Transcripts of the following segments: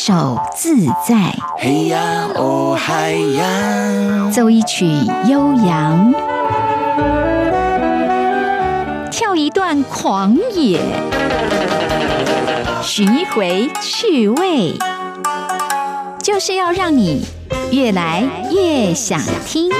手自在， 嘿呀哦嗨呀， 奏一曲悠扬，跳一段狂野，寻一回趣味，就是要让你越来越想听。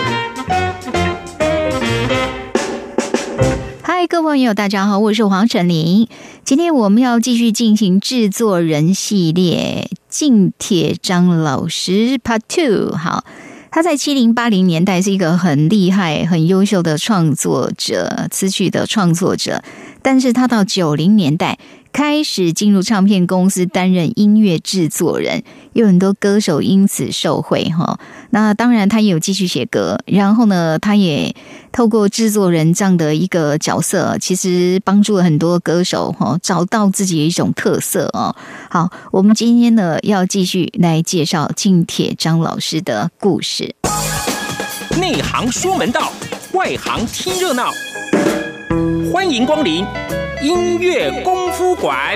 嗨，各位朋友大家好，我是黄晨林。今天我们要继续进行制作人系列，靳铁章老师 Part 2。 好，他在70、80年代是一个很厉害很优秀的创作者，词曲的创作者，但是他到90年代开始进入唱片公司担任音乐制作人，有很多歌手因此受惠哈。那当然他也有继续写歌，然后呢他也透过制作人这样的一个角色，其实帮助了很多歌手找到自己的一种特色哦。好，我们今天呢要继续来介绍靳铁章老师的故事。 内行说门道，外行听热闹，欢迎光临音乐功夫馆。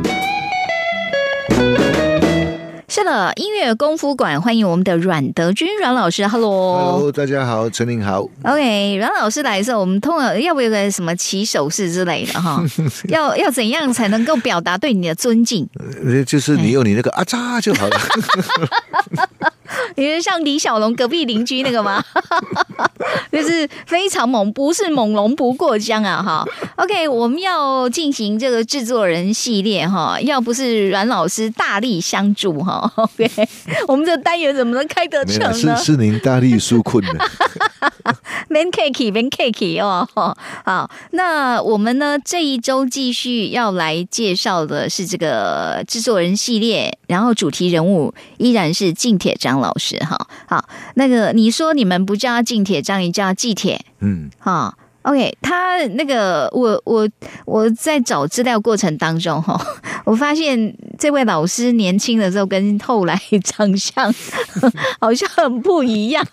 是了，音乐功夫馆，欢迎我们的阮德军阮老师。 Hello， 大家好，陈林好。 OK， 阮老师来的时候，我们通常要不要有个什么起手式之类的哈？要怎样才能够表达对你的尊敬？ 就是你用你那个啊喳就好了。 你是像李小龙隔壁邻居那个吗？就是非常猛，不是猛龙不过江啊！哈 ，OK， 我们要进行这个制作人系列哈，要不是阮老师大力相助哈 ，OK， 我们这单元怎么能开得成呢？ 是您大力纾困的。 免客气哦。好，那我们呢这一周继续要来介绍的是这个制作人系列，然后主题人物依然是靳铁章老师哈。好，那个你说你们不叫他靳铁章，你叫他靳铁，好。OK， 他那个我在找资料过程当中哈，我发现这位老师年轻的时候跟后来长相好像很不一样。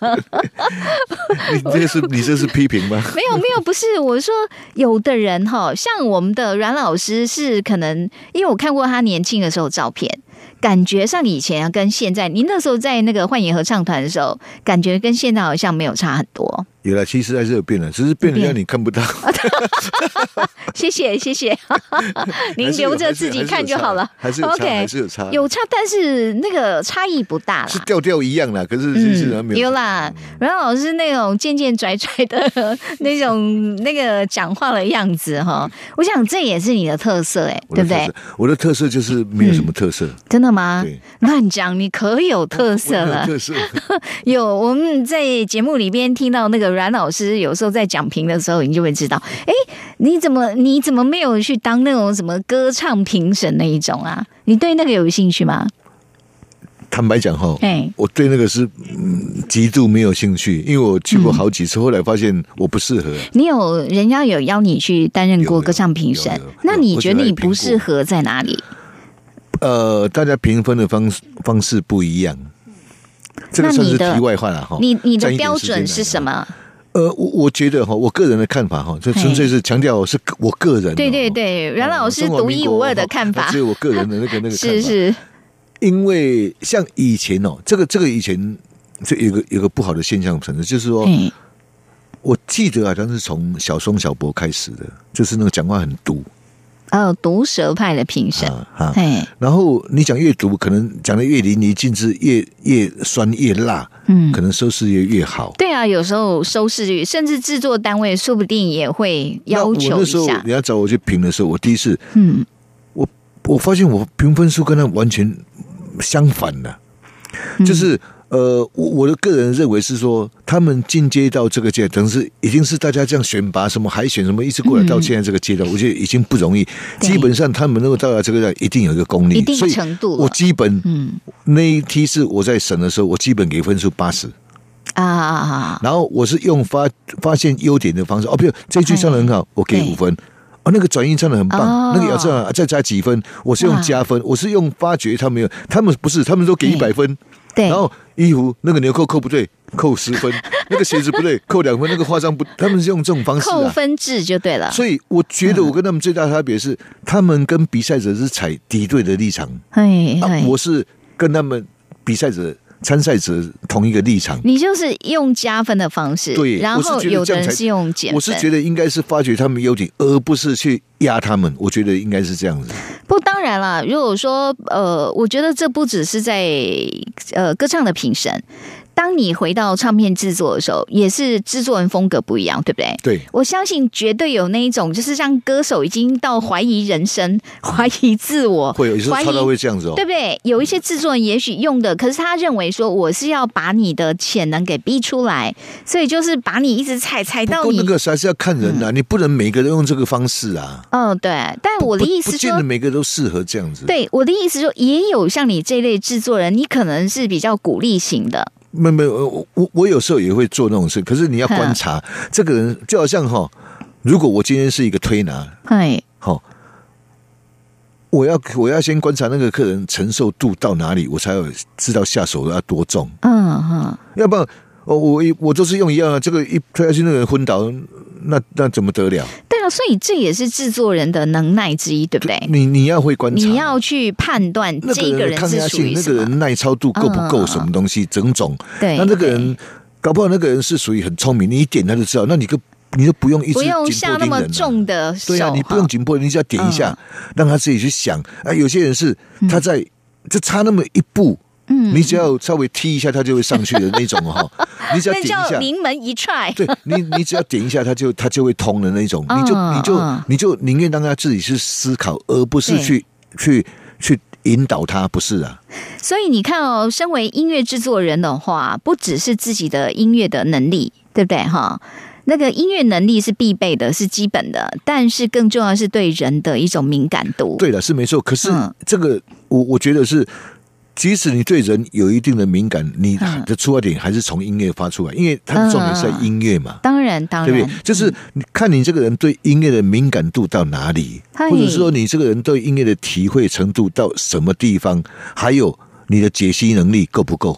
你这是批评吗？ 没有，不是，我说有的人哈，像我们的阮老师是可能，因为我看过他年轻的时候照片，感觉上以前跟现在，您那时候在那个幻野合唱团的时候，感觉跟现在好像没有差很多。 有了，其实还是有变了，只是变得让你看不到。 谢谢，您留着自己看就好了。 还是有差， OK， 还是有差， 有差，但是那个差异不大啦， 是调一样啦。可是其实没有啦。阮老师那种渐渐拽的那种那个讲话的样子哈，我想这也是你的特色对不对？ 我的特色就是没有什么特色。 真的吗？ 对， 乱讲，你可有特色了。 特色有，我们在节目里边听到那个阮老师有时候在讲评的时候，你就会知道，你怎么没有去当那种什么歌唱评审那一种啊？你对那个有兴趣吗？ 坦白讲我对那个是极度没有兴趣，因为我去过好几次，后来发现我不适合。 人家有邀你去担任过歌唱评审，那你觉得你不适合在哪里？ 大家评分的方式不一样，这个算是题外话了哈。 你的标准是什么？ 我觉得我个人的看法这纯粹是强调是我个人。 对，阮老师独一无二的看法， 只有我个人的那个看法。 是。 因为像以前这个以前就有个不好的现象存在，就是说，我记得好像是从小松小博开始的，就是那个讲话很毒。 毒舌派的评审然后你讲越毒，可能讲的越淋漓尽致，越酸越辣，可能收视越好。 对啊，有时候收视率，甚至制作单位说不定也会要求一下。 我那时候人家找我去评的时候，我第一次，我发现我评分数跟他完全相反了，就是我的个人认为是说，他们进阶到这个阶段，等是已经是大家这样选拔什么海选什么，一直过来到现在这个阶段，我觉得已经不容易。基本上他们能够到达这个阶段，一定有一个功力， 一定程度。 我基本那一梯是我在审的时候，我基本给分数80然后我是用发现优点的方式，比如这句唱得很好，我给5分。那个转音唱得很棒，那个咬字再加几分，我是用加分，我是用发掘他们不是，他们都给100分。 对， 然后衣服那个纽扣不对，扣10分；那个鞋子不对，扣2分；那个化妆不，他们是用这种方式扣分制就对了。 所以我觉得我跟他们最大的差别是，他们跟比赛者是采敌对的立场，我是跟他们比赛者参赛者同一个立场。 你就是用加分的方式， 对， 然后有的人是用减分。 我是觉得应该是发掘他们优点，而不是去压他们。我觉得应该是这样子。 不，当然了，如果说我觉得这不只是在歌唱的评审。当你回到唱片制作的时候，也是制作人风格不一样，对不对？ 对， 我相信绝对有那一种，就是让歌手已经到怀疑人生、怀疑自我， 会有时候超到会这样子哦， 对不对？有一些制作人也许用的，可是他认为说我是要把你的潜能给逼出来，所以就是把你一直踩到你。 不过那个还是要看人啊，你不能每个人用这个方式啊。 对。但我的意思说， 不见得每个都适合这样子。 对，我的意思说，也有像你这类制作人，你可能是比较鼓励型的。 没有，我有时候也会做那种事，可是你要观察这个人，就好像如果我今天是一个推拿，我要先观察那个客人承受度到哪里，我才有知道下手要多重。要不然我都是用一样的，这个一推下去，那个人昏倒，那怎么得了？对啊，所以这也是制作人的能耐之一，对不对？ 你要会观察， 你要去判断这个人是属于什么， 那个人耐操度够不够，什么东西整种。 对， 那个人搞不好那个人是属于很聪明，你一点他就知道。那你就不用一直不用下那么重的手， 对啊，你不用紧迫，你只要点一下，让他自己去想。有些人是他在就差那么一步。你只要稍微踢一下，它就会上去的那种你只要点一下， 那叫临门一踹。 对，你只要点一下，它就会通的那种。你就宁愿让他自己去思考，而不是去引导他，不是啊。 所以你看身为音乐制作人的话，不只是自己的音乐的能力，对不对那个音乐能力是必备的，是基本的，但是更重要的是对人的一种敏感度。 对了，是没错。可是这个我觉得是。即使你对人有一定的敏感，你的出发点还是从音乐发出来，因为它的重点是在音乐嘛。 当然，对不对？ 就是你看你这个人对音乐的敏感度到哪里，或者是说你这个人对音乐的体会程度到什么地方，还有你的解析能力够不够。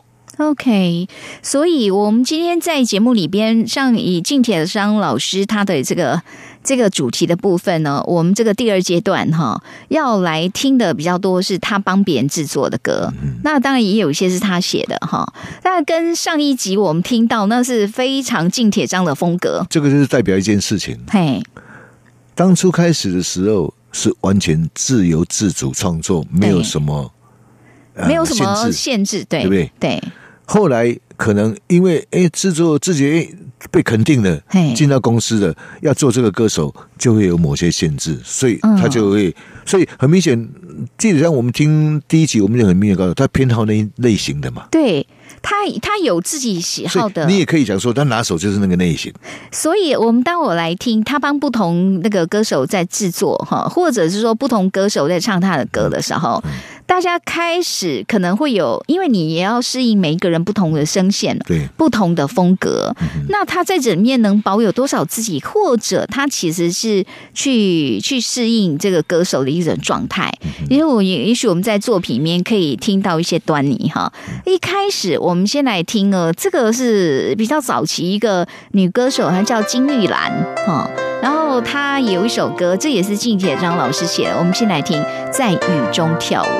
OK， 所以我们今天在节目里边，像以靳铁章老师他的这个主题的部分呢，我们这个第二阶段要来听的比较多是他帮别人制作的歌，那当然也有一些是他写的但跟上一集我们听到那是非常靳铁章的风格， 这个就是代表一件事情。当初开始的时候是完全自由自主创作，没有什么限制，对不对？ 对。 后来可能因为制作自己被肯定了，进到公司了，要做这个歌手就会有某些限制，所以他就会，所以很明显，基本上我们听第一集，我们就很明显告诉他偏好那一类型的嘛。 对，他有自己喜好的， 你也可以讲说他拿手就是那个类型。 所以当我来听他帮不同那个歌手在制作或者是说不同歌手在唱他的歌的时候。大家开始可能会有，因为你也要适应每一个人不同的声线， 对， 不同的风格。那他在这里面能保有多少自己，或者他其实是去适应这个歌手的一种状态。因为也许我们在作品里面可以听到一些端倪一开始我们先来听这个是比较早期一个女歌手，她叫金玉兰然后她有一首歌，这也是靳铁章老师写的，我们先来听《在雨中跳舞》。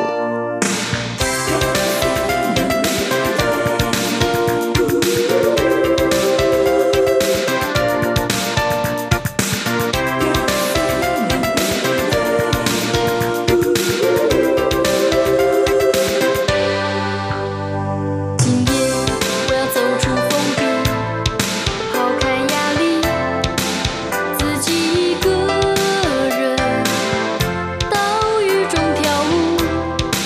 到雨中跳舞。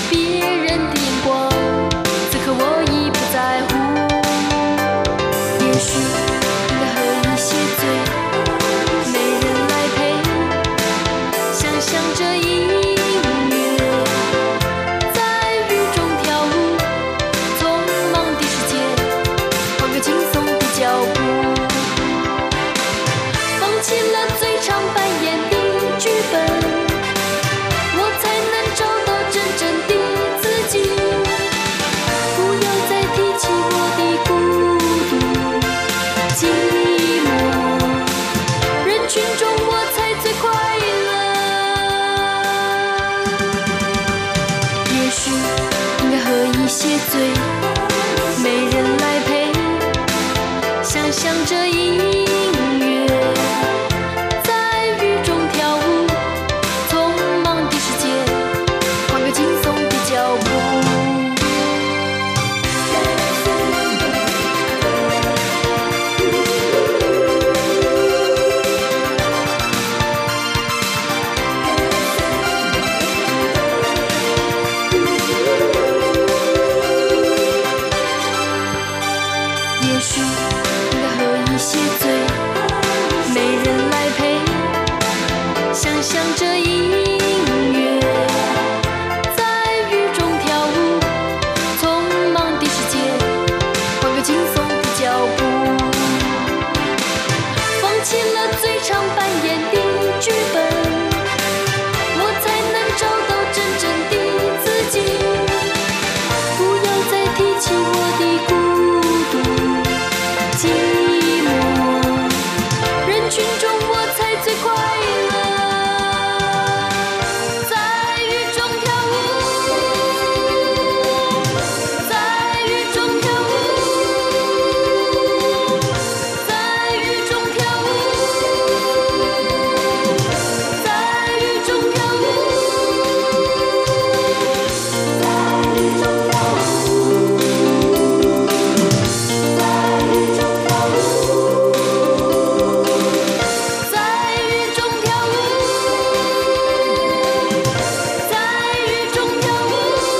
些罪，没人来陪，想象着音乐在雨中跳舞，匆忙的世界换个轻松的脚步。也许应该喝一些醉，没人来陪，想象着音乐在雨中跳舞，匆忙的世界换个轻松的脚步，放弃了最常扮演的剧本，我才能找到真正的自己，不要再提起我的孤独寂寞，人群中我才最快乐，在雨中跳舞，在雨中跳舞，在雨中跳舞，在雨中跳舞，在雨中跳舞，在雨中跳舞，在雨中跳舞，在雨中跳舞。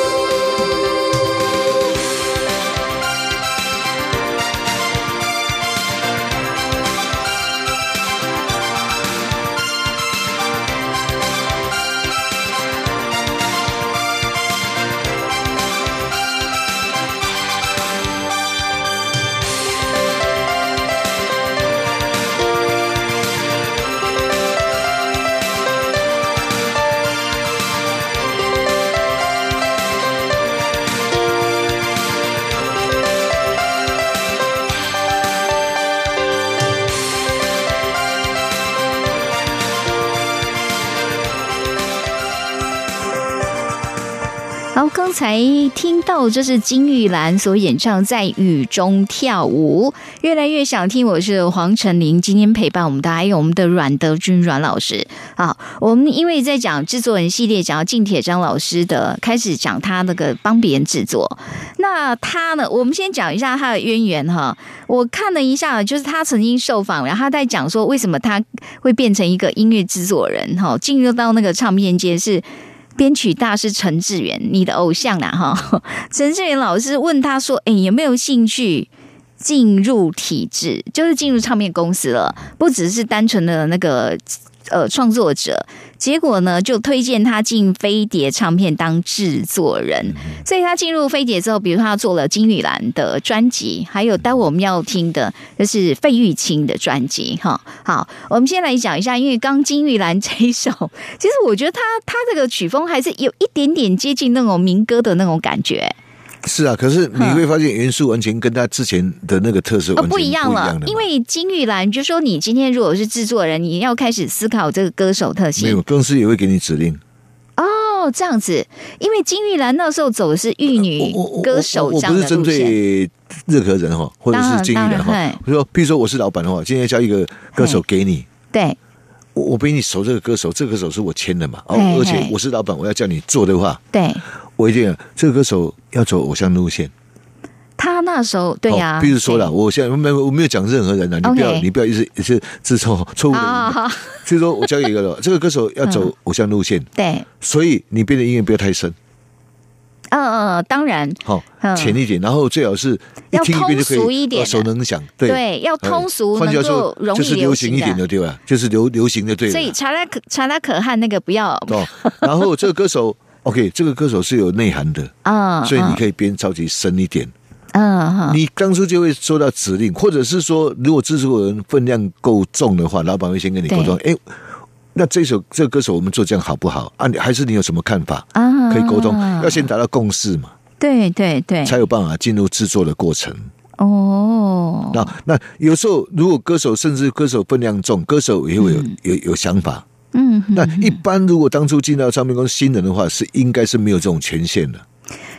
好，刚才听到这是金玉兰所演唱《在雨中跳舞》，越来越想听。我是黄成玲，今天陪伴我们的还有我们的阮德军阮老师。好，我们因为在讲制作人系列，讲到靳铁章老师的，开始讲他那个帮别人制作。那他呢，我们先讲一下他的渊源哈。我看了一下，就是他曾经受访，然后他在讲说为什么他会变成一个音乐制作人哈，进入到那个唱片界是。编曲大师陈志远，你的偶像啦哈。陈志远老师问他说：“有没有兴趣进入体制？就是进入唱片公司了，不只是单纯的那个创作者。”结果呢，就推荐他进飞碟唱片当制作人。所以他进入飞碟之后，比如他做了金玉兰的专辑，还有待会我们要听的就是费玉清的专辑哈。好，我们先来讲一下，因为刚金玉兰这一首，其实我觉得他这个曲风还是有一点点接近那种民歌的那种感觉。 是啊，可是你会发现元素完全跟他之前的那个特色完全不一样了。 因为金玉兰就说你今天如果是制作人，你要开始思考这个歌手特性。 没有，公司也会给你指令。 哦，这样子，因为金玉兰那时候走的是玉女歌手这样的路线。 我不是针对任何人哈，或者是金玉兰哈。比如说我是老板的话，今天交一个歌手给你， 对， 我比你熟这个歌手，这个歌手是我签的嘛，而且我是老板，我要叫你做的话， 对。 我一定这个歌手要走偶像路线。 他那时候对呀， 比如说了，我现在我没有讲任何人了，你不要一直自错误的。所以说我交给一个这个歌手要走偶像路线， 对， 所以你编的音乐不要太深。 当然， 浅一点，然后最好是一听一遍就可以耳熟能详， 对，要通俗，能够容易就是流行一点的，对吧？就是流行的，对。 所以查拉可汗那个不要。 然后这个歌手。OK， 这个歌手是有内涵的所以你可以编超级深一点。你当初就会收到指令，或者是说，如果制作人分量够重的话，老板会先跟你沟通。那这个歌手我们做这样好不好啊？还是你有什么看法可以沟通？要先达到共识嘛。 对对对， 才有办法进入制作的过程。那有时候如果歌手甚至歌手分量重，歌手也会有想法。那一般如果当初进到唱片公司新人的话，应该是没有这种权限的。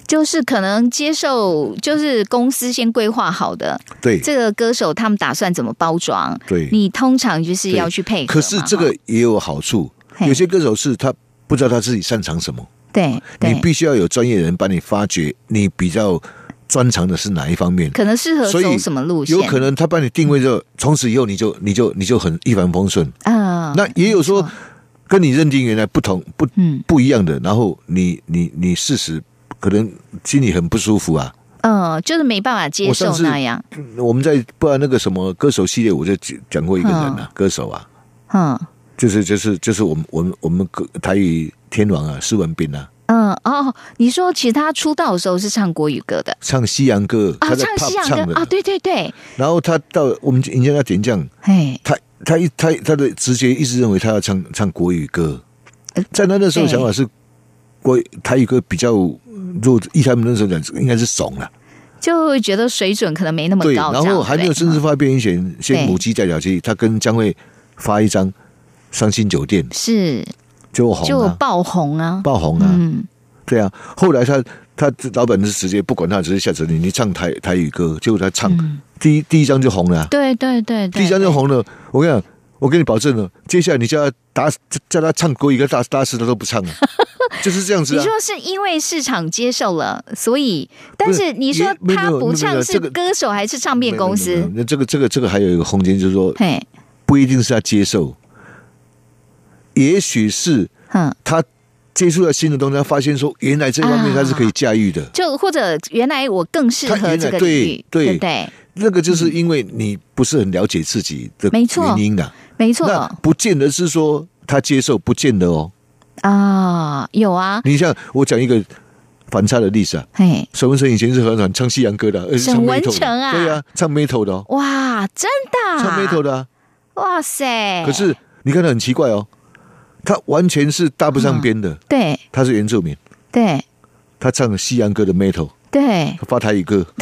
就是可能接受，就是公司先规划好的， 对这个歌手他们打算怎么包装， 对， 你通常就是要去配合嘛。 可是这个也有好处，有些歌手是他不知道他自己擅长什么， 对， 你必须要有专业人帮你发掘你比较专长的是哪一方面， 可能适合走什么路线， 有可能他帮你定位之后，从此以后你就很一帆风顺啊。那也有说跟你认定原来不一样的，然后你事实可能心里很不舒服啊。 就是没办法接受那样。 我们在不知道那个什么歌手系列，我就讲过一个人啊，歌手啊，就是我们台语天王啊，施文彬啊。 你说其实他出道的时候是唱国语歌的， 唱西洋歌啊，唱西洋歌啊，对对对。 然后他到我们人家要点将，他的直觉一直认为他要唱国语歌，在他那时候想法是台语歌比较。如果依他们那时候讲，应该是怂了， 就会觉得水准可能没那么高。 对，然后还没有正式发片前，先母鸡再了鸡，他跟江蕙发一张《伤心酒店》， 是就红， 就爆红啊， 对啊。后来他老板是直接不管他，直接下指令你唱台语歌，结果他唱第一张就红了， 对， 第一张就红了。我跟你讲，我跟你保证了，接下来你叫他唱国语歌，大师他都不唱了。就是这样子啊！ 你说是因为市场接受了，所以，但是你说他不唱是歌手还是唱片公司？ 那这个还有一个空间，就是说，不一定是他接受，也许是他接触了新的东西，他发现说原来这方面他是可以驾驭的， 就或者原来我更适合这个领域，对不对？ 那个就是因为你不是很了解自己的原因的， 没错， 那不见得是说他接受，不见得哦。 有啊！ 你像我讲一个反差的例子啊，沈文成以前是很喜唱西洋歌的， 沈文成啊， 对啊，唱 metal 的哦， 哇，真的唱 metal 的啊， 哇塞！ 可是你看他很奇怪哦，他完全是搭不上边的， 对， 他是原住民， 对， 他唱西洋歌的 metal， 对， 他发台语歌。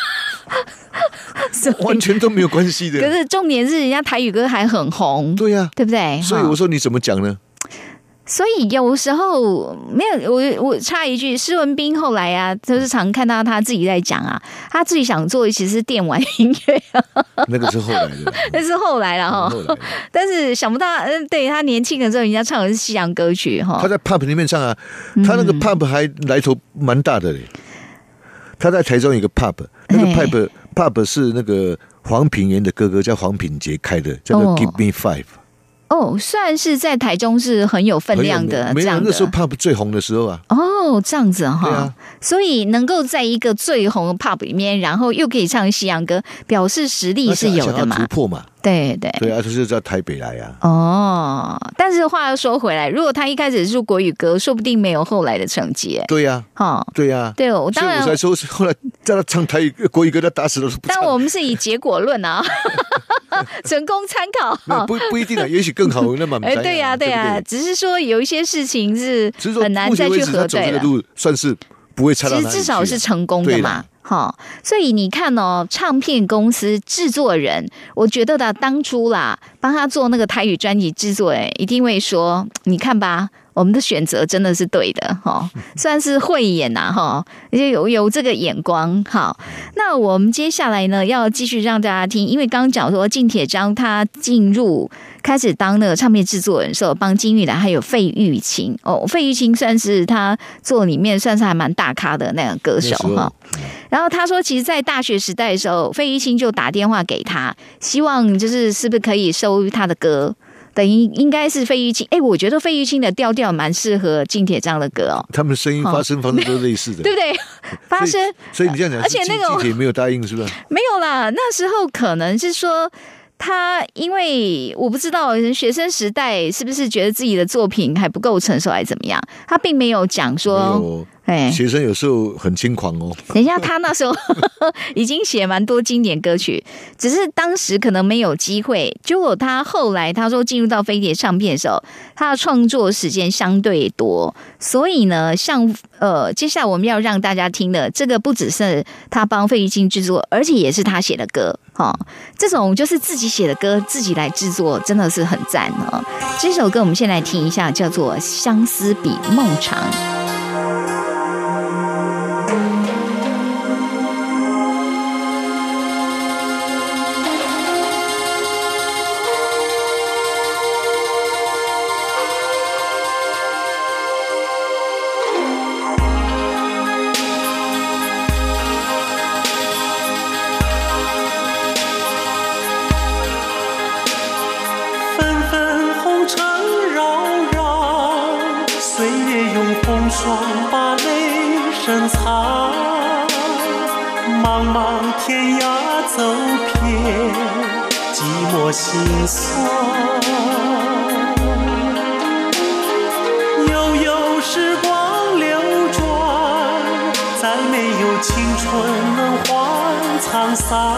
完全都没有关系的， 可是重点是人家台语歌还很红， 对呀， 对不对？ 所以我说你怎么讲呢？ 所以有时候没有，我插一句，施文彬后来啊，就是常看到他自己在讲啊，他自己想做的其实是电玩音乐， 那个是后来的， 那是后来了哈。但是想不到，对他年轻的时候，人家唱的是西洋歌曲哈。 他在 pub 里面唱啊，他那个 pub 还来头蛮大的嘞。他在台中有一个 pub， 那个 pub 是那个黄品源的哥哥叫黄品杰开的，叫做 Give Me Five。 算是在台中是很有分量的， 没有这样的。 那时候 pub 最红的时候啊。 这样子哈。 对啊。 所以能够在一个最红的 pub 里面，然后又可以唱西洋歌，表示实力是有的嘛。 突破嘛。 对啊，就是在台北来啊。 但是话又说回来，如果他一开始是国语歌，说不定没有后来的成绩。 对呀。对呀。 对，我当然所以我才说后来叫他唱台语国语歌，他打死都不唱。 但我们是以结果论啊。纯供参考， 不一定啊，也许更好。那么对呀，只是说有一些事情是很难再去核对了。 算是不会差到哪里去， 其实至少是成功的嘛。所以你看唱片公司制作人，我觉得的当初啦，帮他做那个台语专辑制作人，一定会说，你看吧，我们的选择真的是对的算是慧眼呐有这个眼光。好，那我们接下来呢要继续让大家听，因为刚刚讲说靳铁章他开始当那个唱片制作人的时候，帮金玉兰还有费玉清费玉清算是他做里面算是还蛮大咖的那个歌手然后他说，其实，在大学时代的时候，费玉清就打电话给他，希望是不是可以收他的歌。等于应该是费玉清，我觉得费玉清的调调蛮适合靳铁章的歌他们声音发声方式都类似的， 对不对？发声， 所以你这样讲， 而且那个靳铁没有答应是吧？ 没有啦，那时候可能是说。他因为我不知道学生时代是不是觉得自己的作品还不够成熟还是怎么样，他并没有讲说学生有时候很轻狂哦。 等一下，他那时候已经写蛮多经典歌曲，只是当时可能没有机会。结果他后来他说进入到飞碟唱片的时候，他的创作时间相对多，所以呢，像接下来我们要让大家听的这个，不只是他帮费玉清制作，而且也是他写的歌这种就是自己写的歌自己来制作，真的是很赞这首歌我们先来听一下，叫做《相思比梦长》。 霜把泪深藏，茫茫天涯走遍寂寞心酸。悠悠时光流转，再没有青春能换沧桑。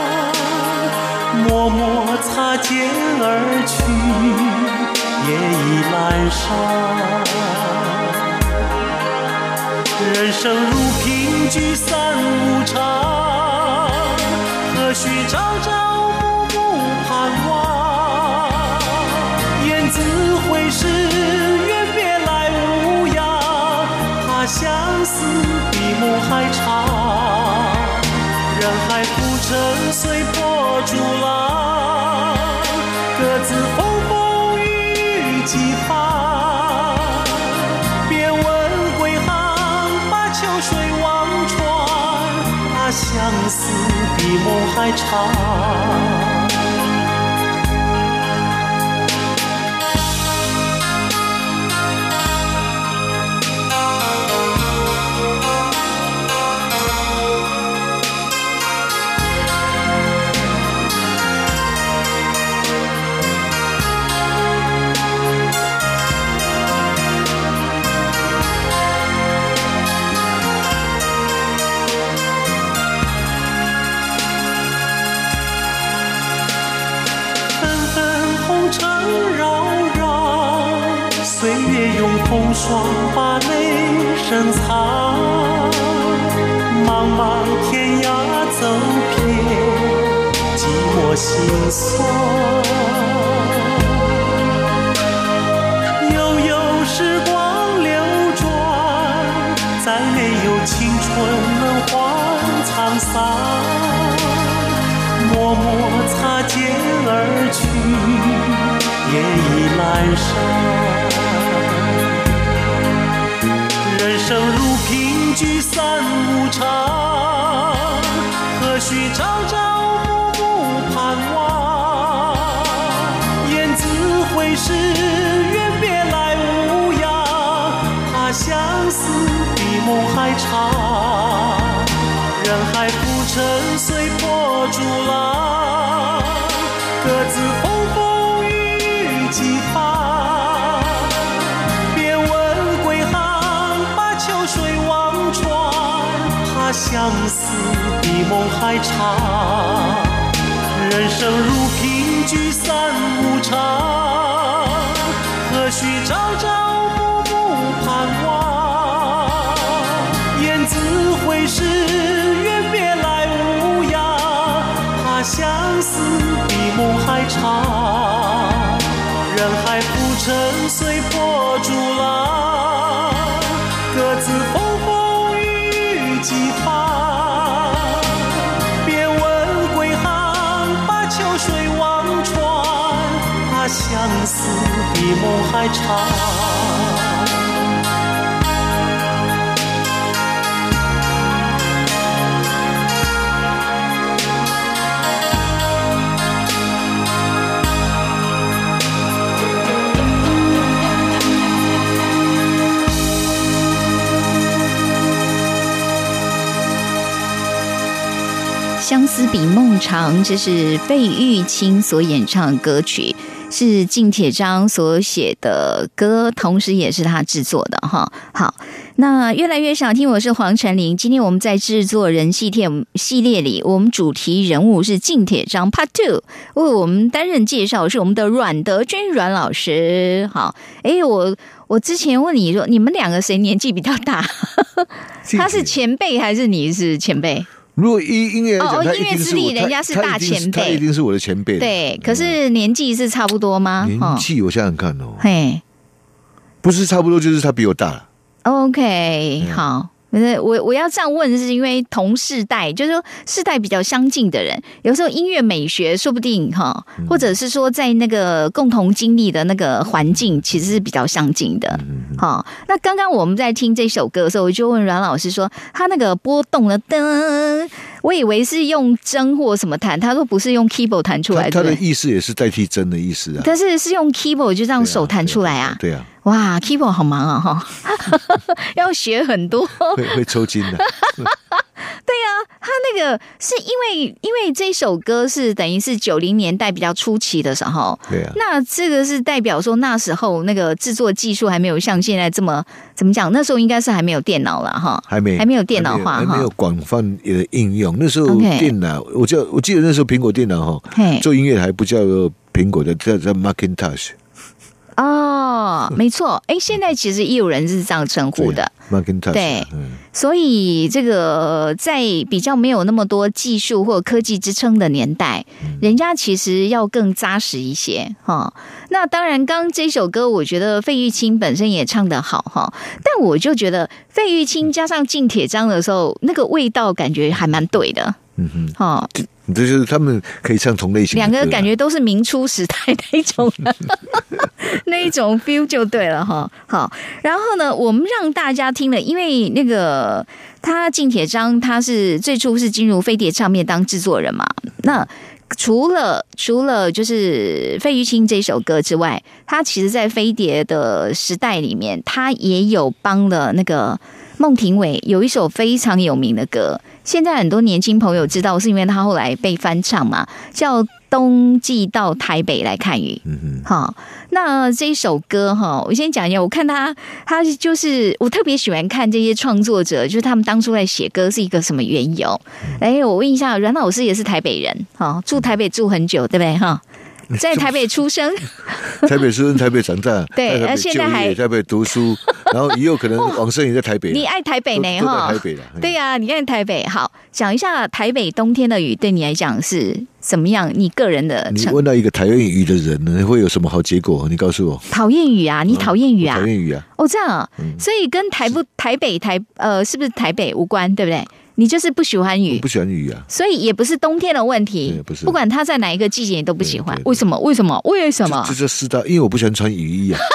默默擦肩而去，夜已阑珊。人生如萍，聚散无常，何须朝朝暮暮盼望？雁字回时，愿别来无恙。怕相思比梦还长，人海浮沉，随波逐浪，各自风风雨雨几番。别问归航，把秋水望穿，怕相思比梦还长。风霜把泪深藏，茫茫天涯走遍寂寞心酸。悠悠时光流转，再没有青春能换沧桑。默默擦肩而去，夜已阑珊。人生如萍，聚散无常，何须朝朝暮暮盼望？雁字回时，愿别来无恙。怕相思比梦还长，人海浮沉，随波逐浪，各自风风雨雨几番。秋水望穿，怕相思比梦还长。人生如萍，聚散无常，何须朝朝暮暮盼望？雁字回时，愿别来无恙。怕相思比梦还长。人海浮沉，随波逐浪，各自风风雨雨几番。别问归航，把秋水望穿，怕相思比梦还长。 相思比梦长，这是费玉清所演唱的歌曲，是靳铁章所写的歌，同时也是他制作的哈。好，那越来越想听，我是黄晨林。今天我们在制作人系列里，我们主题人物是靳铁章 Part 2， 为我们担任介绍是我们的阮德军阮老师。好，我之前问你说，你们两个谁年纪比较大？他是前辈还是你是前辈？ 如果以音乐来讲， 音乐资历人家是大前辈， 他一定是我的前辈。 对，可是年纪是差不多吗？ 年纪我想想看哦， 嘿， 不是差不多，就是他比我大。 OK， 好。我要这样问，是因为同世代，就是说世代比较相近的人，有时候音乐美学说不定哈，或者是说在那个共同经历的那个环境，其实是比较相近的。好，那刚刚我们在听这首歌的时候，我就问阮老师说，他那个波动的灯，我以为是用针或什么弹，他说不是用 keyboard 弹出来的。 他的意思也是代替针的意思啊， 但是是用 keyboard 就这样手弹出来啊。 对啊。 哇 ，keyboard 好忙啊哈，要学很多， 会抽筋的。 对啊，他那个是因为这首歌是等于是90年代比较初期的时候， 对啊， 那这个是代表说那时候那个制作技术还没有像现在这么怎么讲，那时候应该是还没有电脑了哈，还没有电脑化， 还没有广泛的应用。那时候电脑，我记得那时候苹果电脑哈，做音乐还不叫苹果的，叫 Macintosh。 哦，没错，现在其实也有人是这样称呼的。对，所以这个在比较没有那么多技术或科技支撑的年代，人家其实要更扎实一些哈。那当然，刚刚这首歌，我觉得费玉清本身也唱得好哈，但我就觉得费玉清加上靳铁章的时候，那个味道感觉还蛮对的。哦， 这就是他们可以唱同类型的歌， 两个感觉都是明初时代那一种那一种 feel 就对了哈。好，然后呢，我们让大家听了，因为那个他靳铁章他是最初是进入飞碟唱片当制作人嘛，那除了就是费玉清这首歌之外，他其实在飞碟的时代里面，他也有帮了那个孟庭苇有一首非常有名的歌，现在很多年轻朋友知道，是因为他后来被翻唱嘛，叫《冬季到台北来看雨》。好，那这一首歌哈，我先讲一下，我看他就是我特别喜欢看这些创作者，就是他们当初在写歌是一个什么缘由。我问一下，阮老师也是台北人，住台北住很久，对不对哈？在台北出生， 台北出生，台北长大， 对，现在还台北读书，然后以后可能往生也在台北。 你爱台北呢哈？ 台北了， 对呀，你爱台北。好，讲一下台北冬天的雨对你来讲是怎么样？你个人的， 你问到一个讨厌雨的人呢，会有什么好结果？你告诉我。 讨厌雨啊？你讨厌雨啊？ 讨厌雨啊？ 哦，这样啊，所以跟台北是不是台北无关，对不对？你就是不喜欢雨， 我不喜欢雨啊，所以也不是冬天的问题， 不是， 不管它在哪一个季节你都不喜欢，为什么？ 这就是因为我不喜欢穿雨衣啊。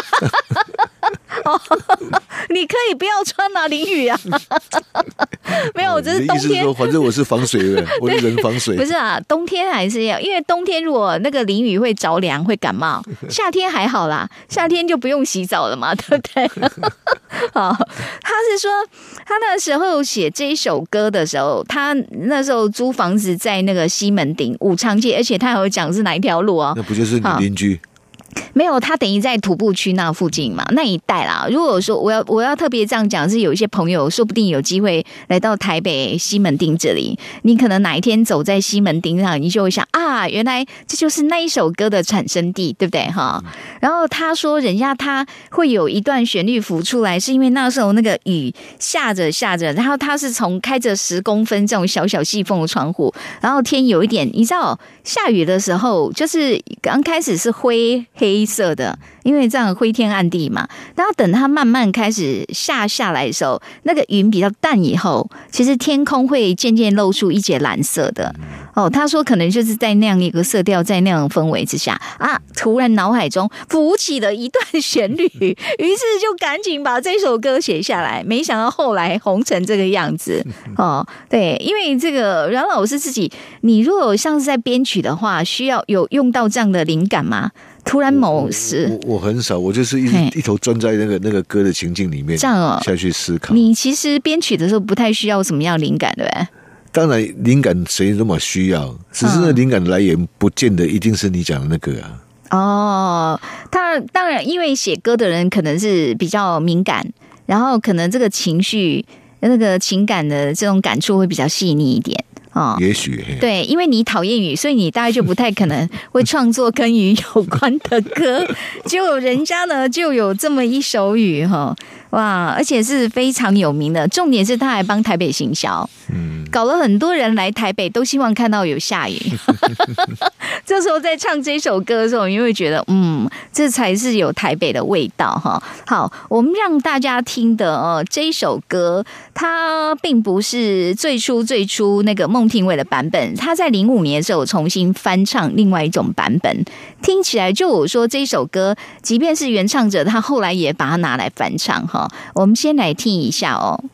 你可以不要穿啊，淋雨啊。没有，这是冬天。 说反正我是防水的，我是人防水。 不是啊，冬天还是要，因为冬天如果那个淋雨会着凉，会感冒。夏天还好啦，夏天就不用洗澡了嘛，对不对？好，他是说他那时候写这一首歌的时候，他那时候租房子在那个西门町武昌街，而且他还有讲是哪一条路哦。 那不就是你邻居？ 没有，他等于在徒步区那附近嘛，那一带啦。如果说我要特别这样讲，是有一些朋友说不定有机会来到台北西门町这里，你可能哪一天走在西门町上，你就会想啊，原来这就是那一首歌的产生地，对不对哈？然后他说，人家他会有一段旋律浮出来，是因为那时候那个雨下着，然后他是从开着10公分这种小小细缝的窗户，然后天有一点，你知道下雨的时候，就是刚开始是黑色的，因为这样灰天暗地嘛。然后等它慢慢开始下来的时候，那个云比较淡以后，其实天空会渐渐露出一截蓝色的。他说可能就是在那样一个色调，在那样的氛围之下啊，突然脑海中浮起了一段旋律，于是就赶紧把这首歌写下来。没想到后来红成这个样子。对，因为这个阮老师自己，你如果像是在编曲的话，需要有用到这样的灵感吗？突然某时， 我很少，我就是一头钻在那个歌的情境里面，这样下去思考。 你其实编曲的时候不太需要什么样的灵感，对不对？ 当然，灵感谁那么需要，只是那灵感的来源不见得一定是你讲的那个啊。 他当然，因为写歌的人可能是比较敏感，然后可能这个情绪、那个情感的这种感触会比较细腻一点。 也许对，因为你讨厌雨，所以你大概就不太可能会创作跟雨有关的歌。结果人家呢就有这么一首雨哇，而且是非常有名的。重点是他还帮台北行销，搞了很多人来台北都希望看到有下雨。这时候在唱这首歌的时候，你会觉得这才是有台北的味道哈。好，我们让大家听的这一首歌，它并不是最初那个孟庭苇的版本，他在05年的时候重新翻唱另外一种版本，听起来就我说这首歌，即便是原唱者，他后来也把它拿来翻唱哈。我们先来听一下哦。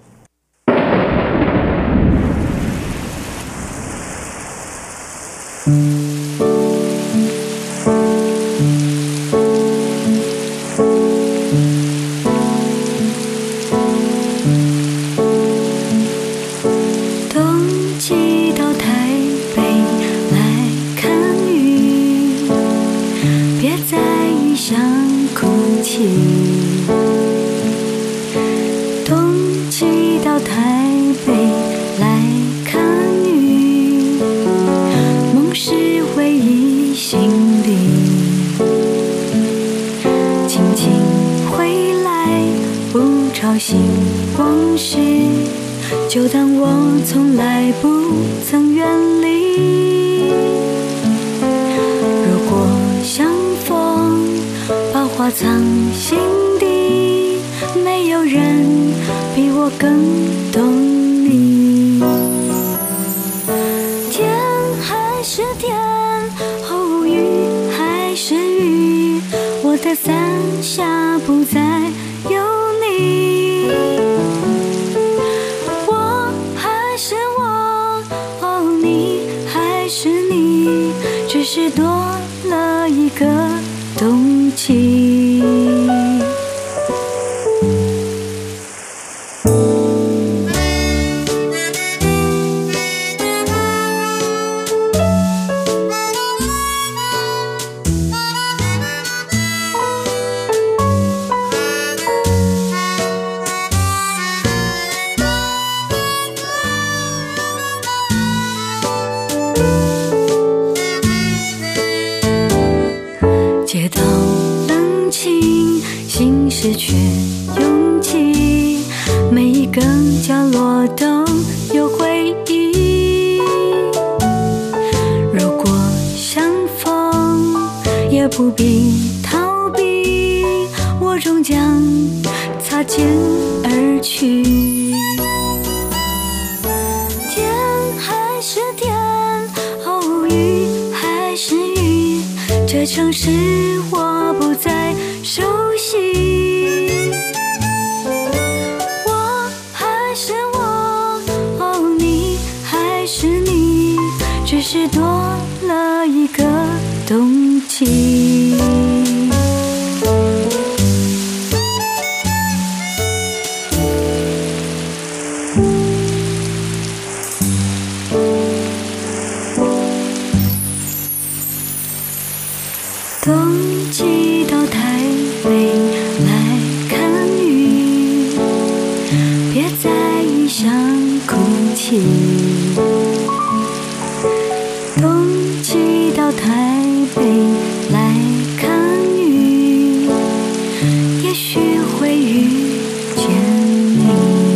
到台北来看雨，梦是回忆心底，轻轻回来，不吵醒往事，就当我从来不曾远离。如果相逢，把话藏心底，没有人比我更懂你。天还是天，后雨还是雨，我的伞下不再有你。我还是我，哦，你还是你，只是多了一个冬季。街道冷清，心事却拥挤，每一个角落都有回忆。如果相逢，也不必逃避，我终将擦肩而去。天还是天，哦，雨还是雨，这城市我不再熟悉。我还是我，哦，你还是你，只是多了一个冬季。冬季到台北来看雨，别在异乡哭泣。冬季到台北来看雨，也许会遇见你。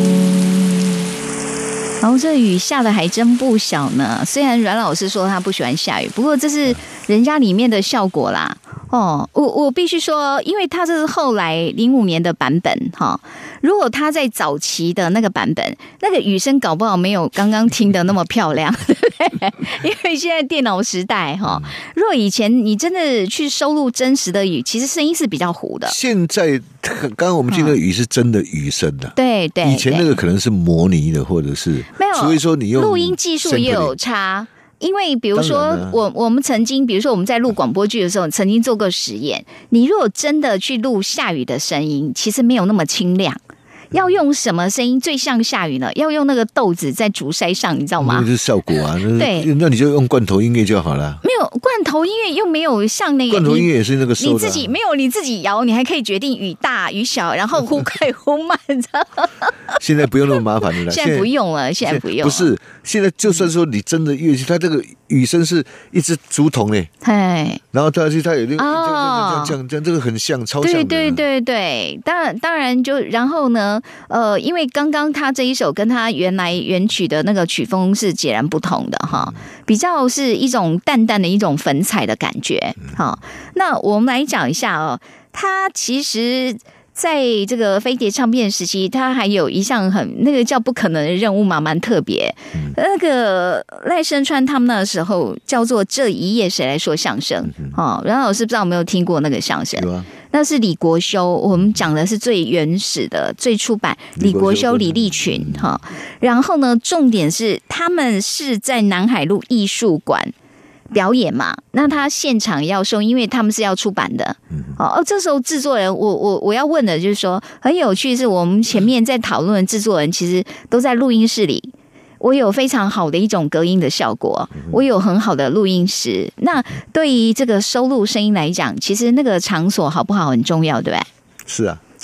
然后这雨下的还真不小呢。虽然阮老师说他不喜欢下雨，不过这是人家里面的效果啦。哦，我必须说，因为他这是后来05年的版本哈。如果他在早期的那个版本，那个雨声搞不好没有刚刚听的那么漂亮，对不对？因为现在电脑时代哈，如果以前你真的去收录真实的雨，其实声音是比较糊的。 现在刚刚我们听的雨是真的雨声的， 对对， 以前那个可能是模拟的，或者是没有， 所以说你用录音技术也有差。因为比如说我们曾经，比如说我们在录广播剧的时候，曾经做过实验。你如果真的去录下雨的声音，其实没有那么清亮。要用什么声音最像下雨呢？要用那个豆子在竹筛上，你知道吗？ 那是效果啊。 对， 那你就用罐头音乐就好了。 没有罐头音乐又没有像那个罐头音乐也是那个收的、啊、 你自己没有你自己摇，你还可以决定雨大雨小，然后忽快忽慢。 现在不用那么麻烦了， 现在不用了，现在不用了。 不是，现在就算说你真的乐器，它这个雨声是一只竹筒嘞，然后它有这样这个很像，超像的。 对对对对，当然就然后呢，因为刚刚他这一首跟他原曲的那个曲风是截然不同的哈，比较是一种淡淡的一种粉彩的感觉。好，那我们来讲一下哦，他其实在这个飞碟唱片时期，他还有一项那个叫不可能的任务嘛，蛮特别。那个赖声川他们那时候叫做这一夜谁来说相声然后老师不知道有没有听过那个相声？ 有啊。 那是李国修，我们讲的是最原始的最初版，李国修、李立群哈。然后呢，重点是他们是在南海路艺术馆表演嘛，那他现场要收，因为他们是要出版的。这时候制作人，我要问的就是说，很有趣是我们前面在讨论的制作人其实都在录音室里。我有非常好的一种隔音的效果，我有很好的录音室。那对于这个收录声音来讲，其实那个场所好不好很重要，对不对？ 是啊。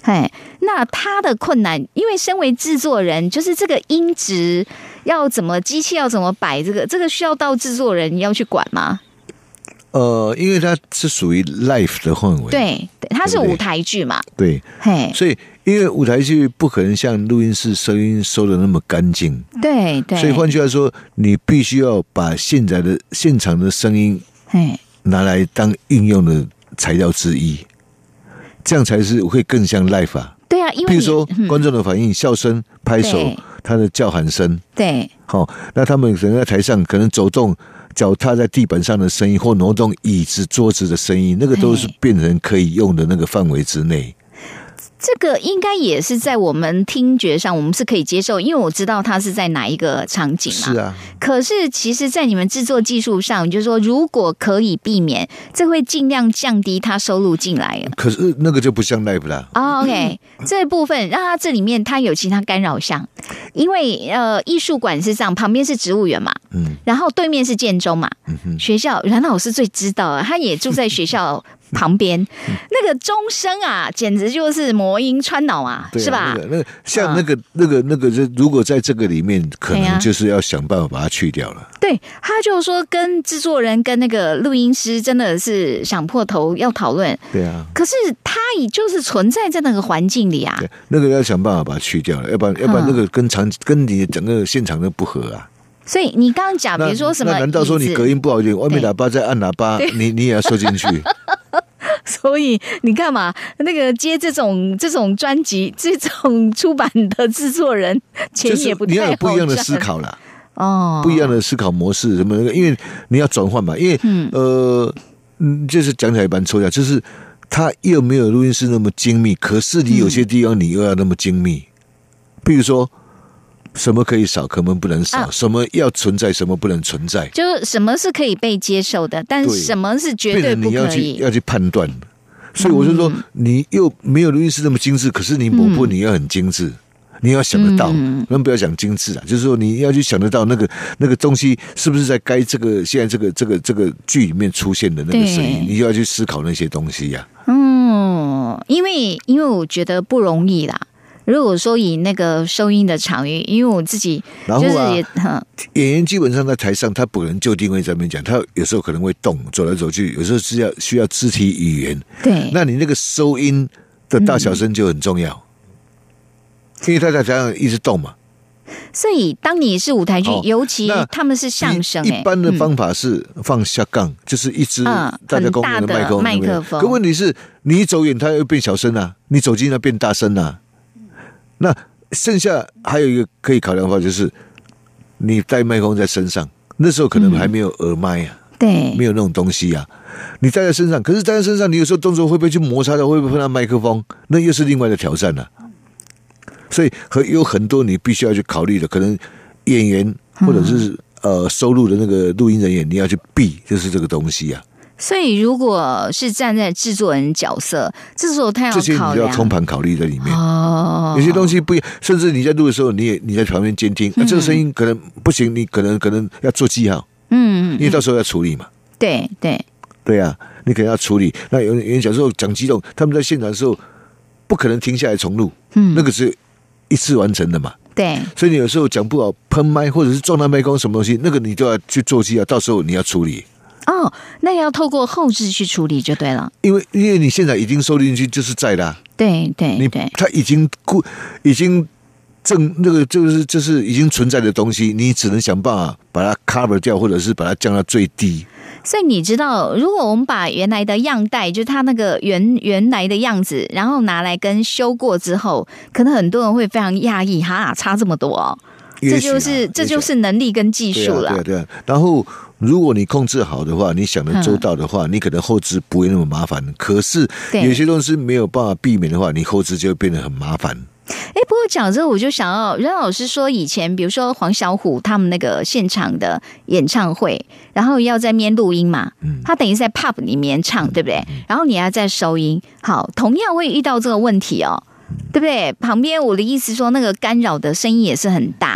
嘿，那他的困难，因为身为制作人，就是这个音质要怎么机器要怎么摆，这个需要到制作人要去管吗？ 因为它是属于 live 的氛围， 对，它是舞台剧嘛， 对， 嘿， 所以因为舞台剧不可能像录音室声音收的那么干净， 对对， 所以换句话说，你必须要把现场的声音拿来当应用的材料之一，这样才是会更像 live 啊。 对啊，因为譬如说观众的反应、笑声、拍手、他的叫喊声， 对， 好，那他们可能在台上可能走动。脚踏在地板上的声音，或挪动椅子、桌子的声音，那个都是变成可以用的那个范围之内。 这个应该也是在我们听觉上，我们是可以接受，因为我知道它是在哪一个场景嘛。 是啊。 可是其实，在你们制作技术上，就是说，如果可以避免，这会尽量降低它收录进来。 可是那个就不像 live 啦。 OK， 这部分让它这里面它有其他干扰项，因为艺术馆是这样，旁边是植物园嘛，然后对面是建中嘛，学校阮老师最知道啊，他也住在学校旁边，那个钟声啊，简直就是魔音穿脑啊，是吧？ 像那个，如果在这个里面，可能就是要想办法把它去掉了。 对，他就说跟制作人跟那个录音师真的是想破头要讨论。 对啊， 可是他也就是存在在那个环境里啊。 对，那个要想办法把它去掉了，要不然那个跟你整个现场都不合啊。 所以你刚刚讲，比如说什么， 那难道说你隔音不好一点，外面喇叭在按喇叭，你也要收进去？ 所以你看嘛，那个接这种专辑、这种出版的制作人，钱也不太好赚。你要有不一样的思考啦， 哦， 不一样的思考模式什么？因为你要转换嘛，因为就是讲起来蛮抽象，就是它又没有录音室那么精密，可是你有些地方你又要那么精密，比如说。什么可以少，什么不能少，什么要存在，什么不能存在， 就是什么是可以被接受的，但什么是绝对不可以， 要去判断。所以我就说，你又没有录音室那么精致，可是你某部分你要很精致，你要想得到，不要讲精致啊，就是说你要去想得到那个东西是不是在该现在这个剧里面出现的那个声音，你就要去思考那些东西呀。 因为我觉得不容易啦。如果说以那个收音的场域，因为我自己就是演员基本上在台上，他不可能就定位在那边讲，他有时候可能会动，走来走去，有时候是需要肢体语言。 对， 那你那个收音的大小声就很重要，因为他在台上一直动嘛。 所以当你是舞台剧，尤其他们是相声， 一般的方法是放下杠，就是一支大家公用的麦克风。可问题是，你一走远，它又变小声啊；你走近，它变大声啊。那剩下还有一个可以考量的话，就是你带麦克风在身上，那时候可能还没有耳麦啊， 对， 没有那种东西啊。你带在身上，可是带在身上，你有时候动作会不会去摩擦到，会不会碰到麦克风？那又是另外的挑战了。所以有很多你必须要去考虑的，可能演员或者是收录的那个录音人员，你要去避，就是这个东西啊。 所以，如果是站在制作人角色，这时候他要考量， 这些你就要通盘考虑在里面。有些东西不一样，甚至你在录的时候，你在旁边监听，这个声音可能不行，你可能要做记号，因为到时候要处理嘛。对啊，你可能要处理。那有人讲说讲激动，他们在现场的时候不可能停下来重录，那个是一次完成的嘛。 对， 所以你有时候讲不好喷麦或者是撞到麦克风什么东西，那个你都要去做记号，到时候你要处理。 那要透过后置去处理就对了， 因为你现在已经收进去就是在的， 对， 它已经那个就是已经存在的东西，你只能想办法把它 cover 掉，或者是把它降到最低。 所以你知道，如果我们把原来的样带，就是它那个原来的样子，然后拿来跟修过之后，可能很多人会非常讶异，差这么多哦。这就是能力跟技术了。 对啊。然后，如果你控制好的话，你想得周到的话，你可能后置不会那么麻烦。可是有些东西没有办法避免的话，你后置就会变得很麻烦。 不过讲这我就想要任老师说，以前比如说黄小琥他们那个现场的演唱会，然后要在面录音嘛，他等于在 pub 里面唱，对不对？然后你还在收音，好，同样会遇到这个问题哦。对不对？旁边我的意思说，那个干扰的声音也是很大。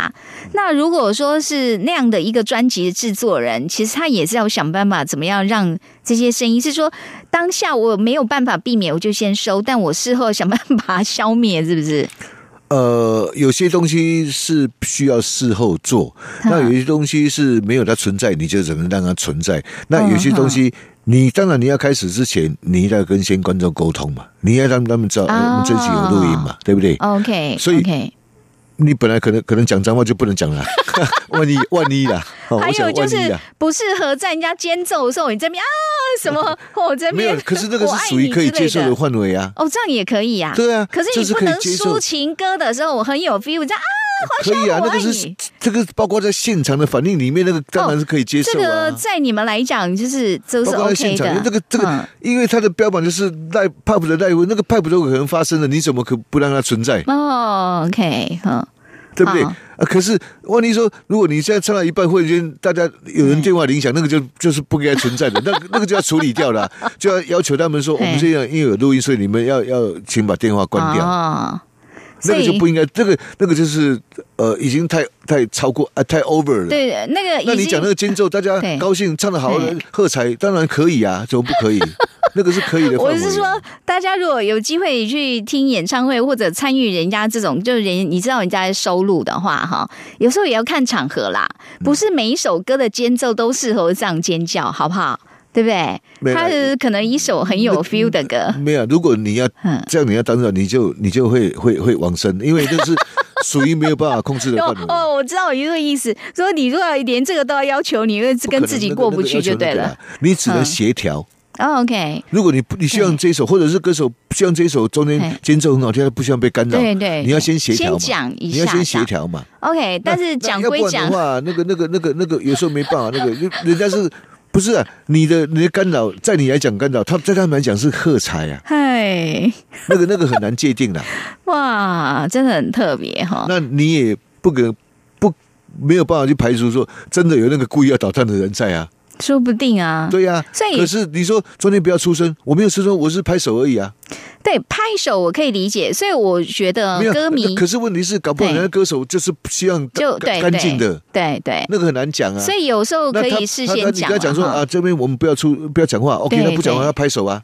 那如果说是那样的一个专辑的制作人，其实他也是要想办法怎么样让这些声音，是说当下我没有办法避免，我就先收，但我事后想办法把它消灭，是不是？ 有些东西是需要事后做，那有些东西是没有它存在，你就只能让它存在。那有些东西，你当然你要开始之前，你要跟先观众沟通嘛，你要让他们知道，我们这集有录音嘛，对不对 ？OK， 所以你本来可能讲脏话就不能讲了，万一啦。 还有就是不适合在人家间奏的时候，你这边什么我这边没有，可是那个是属于可以接受的范围啊。 哦，这样也可以啊。 对啊， 可是你不能抒情歌的时候，我很有 feel， 这样可以啊，那个是这个包括在现场的反应里面，那个当然是可以接受啊。 这个在你们来讲就是都是 OK 的。 这个，因为它的标榜就是pipe 的live，那个 pipe 都可能发生的，你怎么可不让它存在？ 哦 ，OK， 对不对？可是万一说，如果你现在唱到一半，忽然间大家有人电话铃响，那个就是不应该存在的，那个就要处理掉了，就要求他们说，我们这样因为有录音，所以你们要请把电话关掉。那个就不应该，那个就是已经太超过太 over 了。 对，那你讲那个间奏，大家高兴唱得好，喝彩当然可以啊，怎么不可以？那个是可以的。 我是说，大家如果有机会去听演唱会或者参与人家这种，就是你知道人家收录的话，哈，有时候也要看场合啦，不是每一首歌的间奏都适合这样尖叫，好不好？对不对？他是可能一首很有 feel 的歌。 没有，如果你要这样，你要当着你就会往生，因为这是属于没有办法控制的范围。 哦，我知道一个意思，说你如果连这个都要要求，你会跟自己过不去就对了。 你只能协调。 OK， 如果你希望这一首，或者是歌手希望这一首中间间奏很好听，不希望被干扰，对，你要先协调嘛，先讲一下，你要先协调嘛。 OK， 但是讲归讲的话，那个有时候没办法，那个人家是。不是啊，你的干扰，在你来讲干扰，在他们来讲是喝彩啊。嗨，那个很难界定啦。 哇，真的很特别哈。 那你也没有办法去排除说真的有那个故意要捣蛋的人在啊。 说不定啊。 对啊，所以可是你说中间不要出声，我没有出声，我是拍手而已啊。 对，拍手我可以理解，所以我觉得歌迷， 可是问题是，搞不好人家歌手就是希望干净的， 对， 那个很难讲啊。 所以有时候可以事先讲， 你跟他讲说啊，这边我们不要讲话 ，OK， 他不讲话，他拍手啊。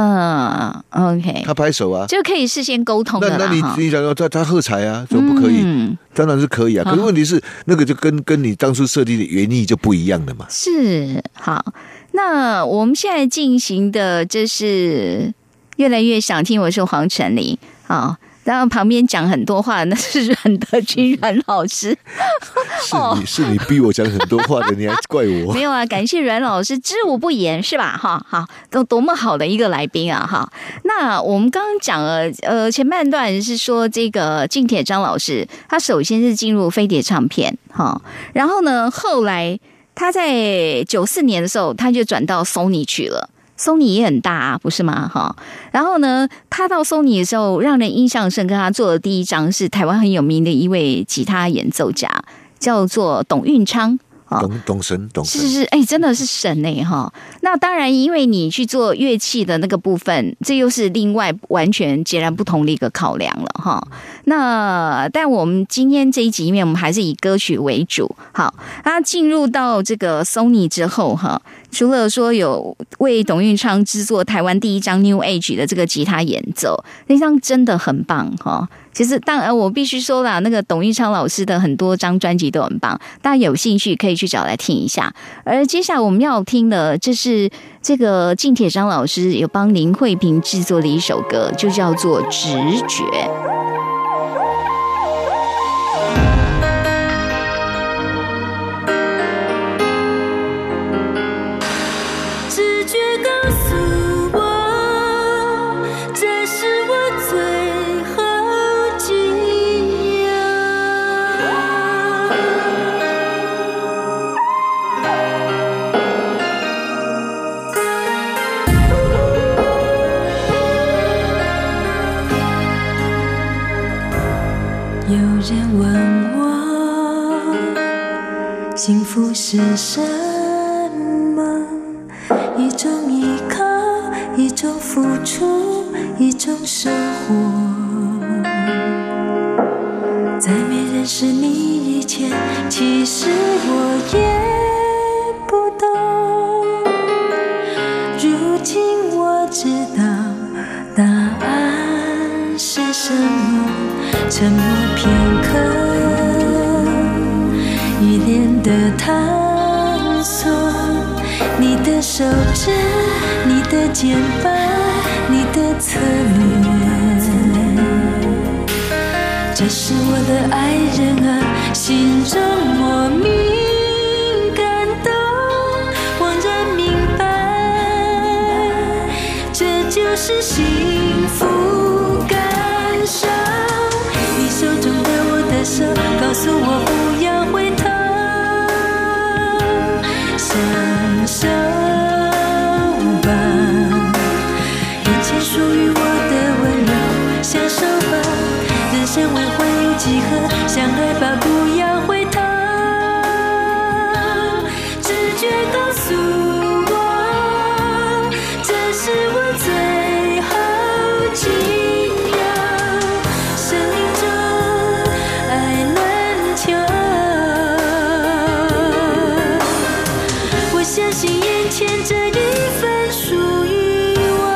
OK， 他拍手啊， 就可以事先沟通的啦。 那你讲说他喝彩啊，怎么不可以？当然是可以啊。可是问题是，那个就跟你当初设定的原意就不一样了嘛。 是，好，那我们现在进行的这是越来越想听，我是黄晨林啊。然后旁边讲很多话，那是阮德军阮老师。 是你逼我讲很多话的，你还怪我？ 没有啊，感谢阮老师知无不言，是吧？哈，好，多么好的一个来宾啊！哈，那我们刚刚讲了，前半段是说这个靳铁章老师，他首先是进入飞碟唱片，哈，然后呢，后来他在94年的时候，他就转到 Sony 去了。Sony 也很大啊，不是吗？哈，然后呢，他到 Sony 的时候，让人印象深刻。他做的第一张是台湾很有名的一位吉他演奏家，叫做董运昌。 董神是，真的是神哈。那当然，因为你去做乐器的那个部分，这又是另外完全截然不同的一个考量了哈。那但我们今天这一集里面，我们还是以歌曲为主。好，他进入到这个 Sony 之后哈，除了说有为董运昌制作台湾第一张 New Age 的这个吉他演奏，那张真的很棒哈。其实当然我必须说啦，那个董运昌老师的很多张专辑都很棒，大家有兴趣可以去找来听一下。而接下来我们要听的，这是这个靳铁章老师有帮林慧萍制作的一首歌，就叫做《直觉》。 直觉告诉我，这是我最后信仰。有人问我，幸福是什么？一种依靠，一种付出，一种生活。在没认识你以前，其实我也不懂。如今我知道答案是什么，沉默片刻，依恋的探索。你的手指，你的肩膀，你的侧脸，这是我的爱人啊，心中莫名感动，恍然明白，这就是幸福感受。你手中的我的手，告诉我不要回头，享受吧，一切属于我的温柔，享受吧，人生为欢有几何，相爱吧，不要回头。直觉告诉我，这是我最后敬仰，生命中爱难求。我相信眼前这一份属于我。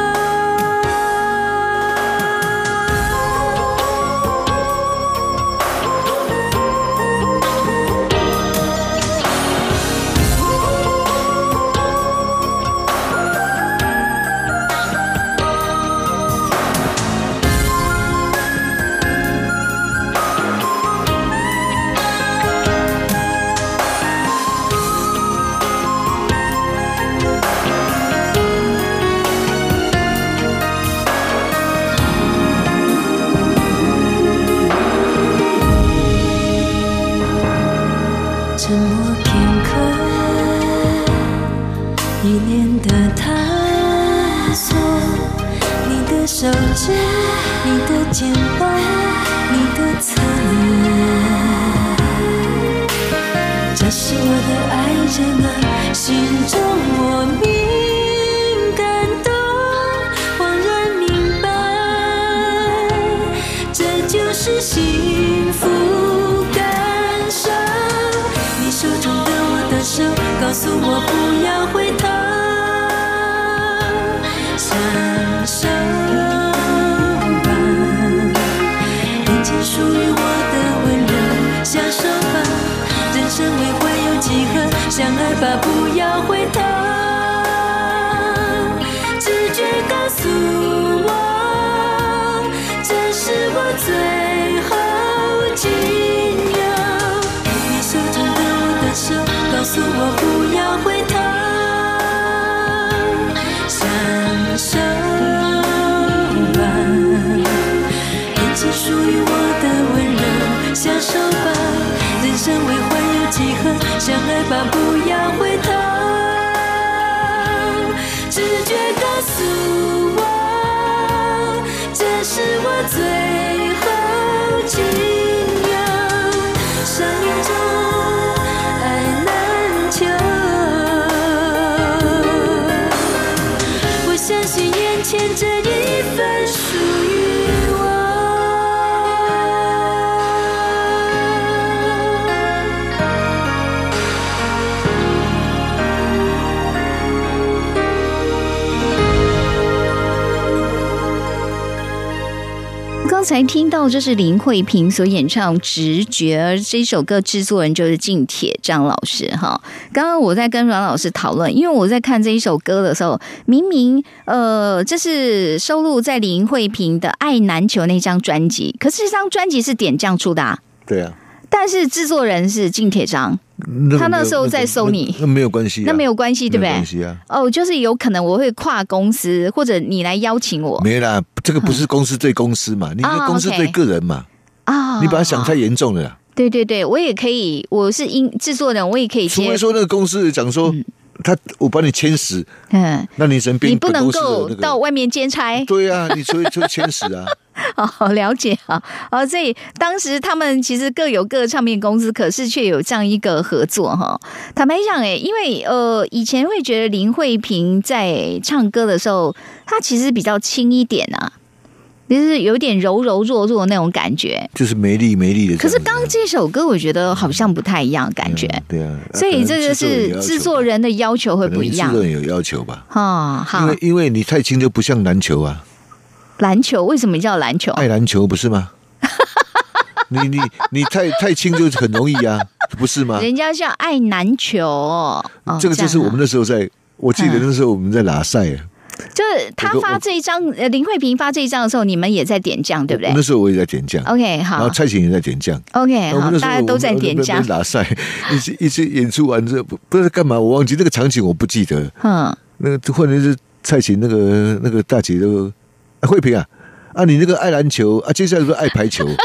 沉默片刻，依恋的探索。你的手指，你的肩膀，你的侧脸，这是我的爱人啊，心中莫名感动，恍然明白，这就是幸福感受。你手中的我的手，告诉我不要回头，享受吧，一切属于我的温柔，享受吧，人生为欢有几何，相爱吧，不要回头。直觉告诉我，这是我最后敬仰。你手中的我的手，告诉我不要回头，享受吧，一切属于我的温柔，享受吧，人生为欢有几何，相爱吧，不要回头。直觉告诉我，这是我最后敬仰，生命中爱难求。我相信眼前这一份属于我。 刚才听到这是林慧萍所演唱《直觉》，而这首歌制作人就是靳铁章老师哈。刚刚我在跟阮老师讨论，因为我在看这一首歌的时候，明明这是收录在林慧萍的《爱难求》那张专辑，可是这张专辑是点将出的啊。 对啊， 但是制作人是靳铁章。他那时候在Sony， 那没有关系啊， 那没有关系，对不对？ 没有关系啊。 哦，就是有可能我会跨公司，或者你来邀请我。 没啦，这个不是公司对公司嘛，你的公司对个人嘛。啊，你把它想太严重了啦。 对对对，我也可以，我是制作人，我也可以接。 除非说那个公司讲说，我把你签死，那你只能你不能够到外面兼差。 对啊，你除非签死啊。 好了解啊，所以当时他们其实各有各的唱片公司，可是却有这样一个合作哈。坦白讲，因为以前会觉得林慧萍在唱歌的时候，她其实比较轻一点啊。 就是有点柔柔弱弱那种感觉， 就是没力的。 可是刚刚这首歌，我觉得好像不太一样感觉。 对啊， 所以这个是制作人的要求会不一样。 制作人有要求吧？ 好， 因为你太轻就不像篮球啊。 篮球为什么叫篮球？ 爱篮球不是吗？你太轻就很容易啊，不是吗？ 人家叫爱篮球这个就是我们那时候我记得那时候我们在拉赛啊。 就是他发这一张，林慧萍发这一张的时候，你们也在点将，对不对？ 那时候我也在点将 ，OK， 好。 然后蔡琴也在点将 ，OK， 好，大家都在点将。 打赛，一次演出完之后，不知道干嘛，我忘记那个场景，我不记得。那个或者是蔡琴那个大姐都慧萍啊，你那个爱篮球啊，接下来说爱排球。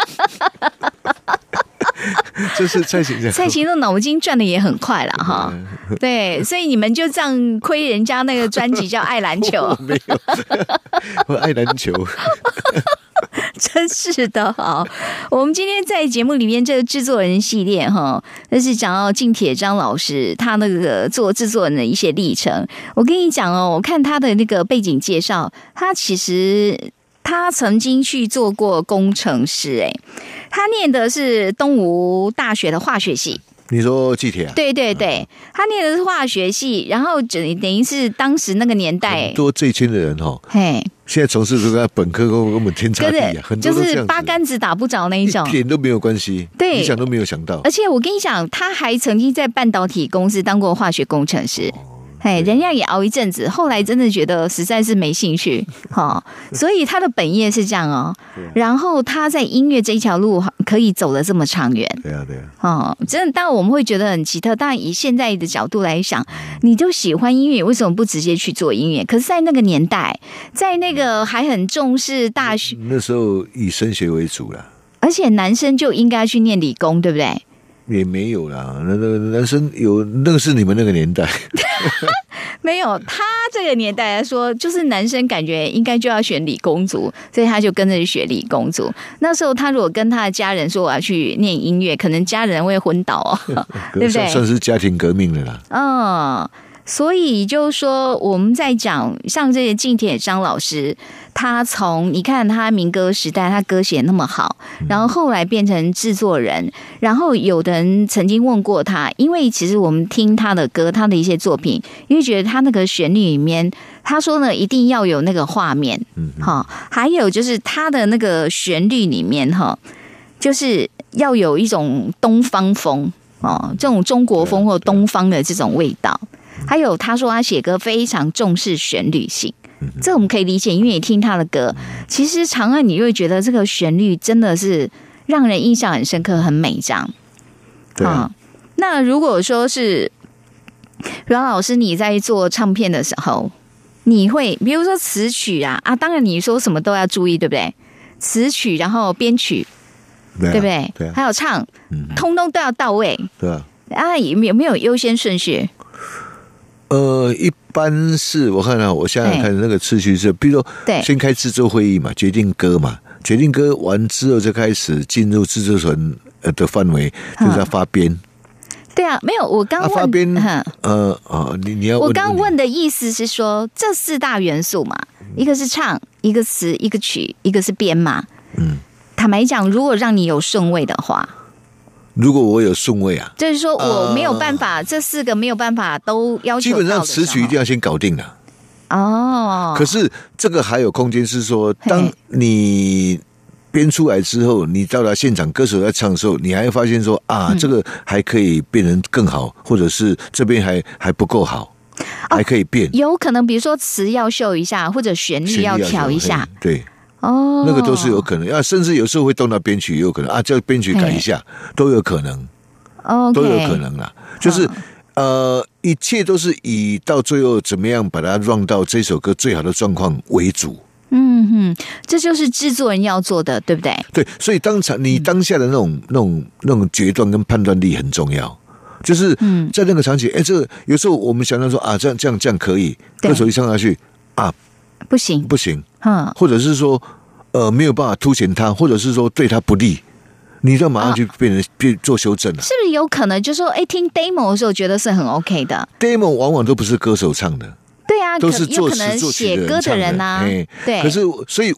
这是蔡琴的脑筋转的也很快了哈，对，所以你们就这样亏人家那个专辑叫《爱篮球》 没有，我爱篮球， 真是的哈。我们今天在节目里面这个制作人系列哈，那是讲到靳铁章老师他那个做制作人的一些历程。我跟你讲我看他的那个背景介绍，他曾经去做过工程师，他念的是东吴大学的化学系。 你说气铁啊？ 对对对，他念的是化学系，然后等于是当时那个年代很多这一群的人现在从事这个本科跟我们天差地啊，很多都这样子， 就是八竿子打不着那一种， 一点都没有关系， 对， 你想都没有想到。 而且我跟你讲，他还曾经在半导体公司当过化学工程师。人家也熬一阵子，后来真的觉得实在是没兴趣，所以他的本业是这样然后他在音乐这一条路可以走得这么长远， 对啊， 真的，当然我们会觉得很奇特。当然以现在的角度来想，你就喜欢音乐，为什么不直接去做音乐？可是，在那个年代，在那个还很重视大学， 那时候以升学为主啦， 而且男生就应该去念理工，对不对？ 也没有啦，那个男生有那个是你们那个年代， 没有他这个年代来说，就是男生感觉应该就要选理工族，所以他就跟着学理工族。那时候他如果跟他的家人说我要去念音乐，可能家人会昏倒对不对？ 算是家庭革命了啦。 所以就是说，我们在讲像这些靳铁章老师，他从你看他民歌时代，他歌写那么好，然后后来变成制作人，然后有的人曾经问过他，因为其实我们听他的歌，他的一些作品，因为觉得他那个旋律里面，他说呢一定要有那个画面，还有就是他的那个旋律里面就是要有一种东方风这种中国风或东方的这种味道。还有他说他写歌非常重视旋律性，这我们可以理解，因为你听他的歌，其实长按你会觉得这个旋律真的是让人印象很深刻，很美这样。 对那如果说是阮老师你在做唱片的时候，你会比如说词曲当然你说什么都要注意，对不对？词曲然后编曲，对不对？ 对， 还有唱，通通都要到位。 对有没有优先顺序？ 一般是我看我想想看那个次序是，比如说先开制作会议嘛，决定歌嘛，决定歌完之后就开始进入制作人的范围，就是要发编。对啊，没有，我刚问发编，你要问， 我刚问的意思是说，这四大元素嘛，一个是唱，一个词，一个曲，一个是编嘛。坦白讲，如果让你有顺位的话。 如果我有顺位就是说我没有办法，这四个没有办法都要求到的时候，基本上词曲一定要先搞定了。可是这个还有空间是说，当你编出来之后，你到了现场歌手在唱的时候，你还会发现说这个还可以变成更好，或者是这边还不够好，还可以变。 有可能比如说词要秀一下，或者旋律要调一下。 对。那个都是有可能，甚至有时候会动到编曲，也有可能叫编曲改一下，都有可能，都有可能啦。就是一切都是以到最后怎么样把它让到这首歌最好的状况为主。 这就是制作人要做的，对不对？ 对，所以你当下的那种决断跟判断力很重要。就是在那个场景，这个有时候我们想到说这样可以，歌手一唱下去不行，或者是说没有办法凸显他，或者是说对他不利，你就马上去变做修正了。 是不是有可能就说听 demo 的时候觉得是很 OK 的 ？demo 往往都不是歌手唱的， 对啊， 都是作词有可能写歌的人对。 可是所以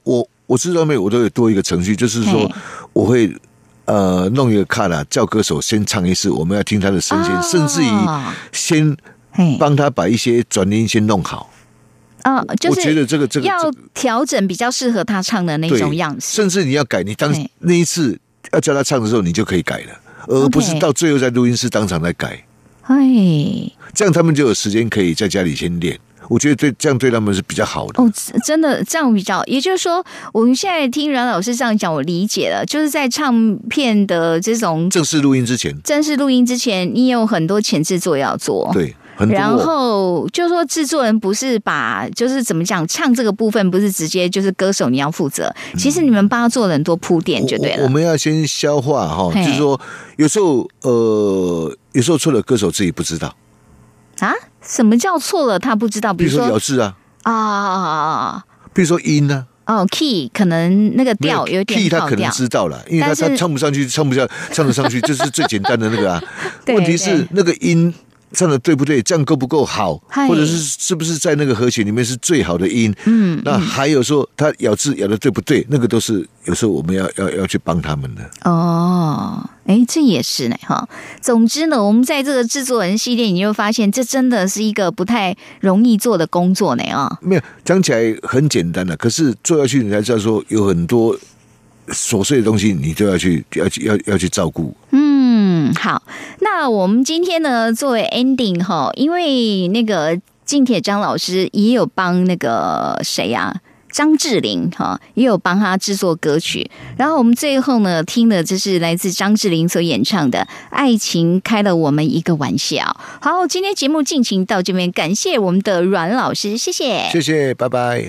我制作妹我都有多一个程序，就是说我会弄一个卡啦，叫歌手先唱一次，我们要听他的声线，甚至于先帮他把一些转音先弄好。 就是我觉得这个要调整比较适合他唱的那种样子， 甚至你要改，你当那一次要叫他唱的时候，你就可以改了，而不是到最后在录音室当场来改。这样他们就有时间可以在家里先练。我觉得这样对他们是比较好的。 真的这样比较，也就是说，我们现在听阮老师这样讲，我理解了，就是在唱片的这种正式录音之前， 你有很多前制作要做。 对。 然后就说制作人不是把就是怎么讲唱这个部分不是直接就是歌手你要负责，其实你们帮他做了很多铺垫就对了。 我们要先消化哈，就是说有时候错了歌手自己不知道啊？什么叫错了他不知道？比如说咬字比如说音呢 key 可能那个调有点 key 他可能知道了，因为他唱不上去唱得上去就是最简单的那个啊。问题是那个音唱的对不对？这样够不够好？或者是不是在那个和弦里面是最好的音？那还有说他咬字咬的对不对？那个都是有时候我们要去帮他们的。 这也是呢哈。总之呢，我们在这个制作人系列，你就发现这真的是一个不太容易做的工作呢没有讲起来很简单的，可是做下去你才知道说有很多琐碎的东西，你都要去照顾。 好，那我们今天呢，作为 ending 哈，因为那个靳铁章老师也有帮那个谁啊，张智霖哈，也有帮他制作歌曲。然后我们最后呢，听的这是来自张智霖所演唱的《爱情开了我们一个玩笑》。好，今天节目进行到这边，感谢我们的阮老师，谢谢， 谢谢，拜拜。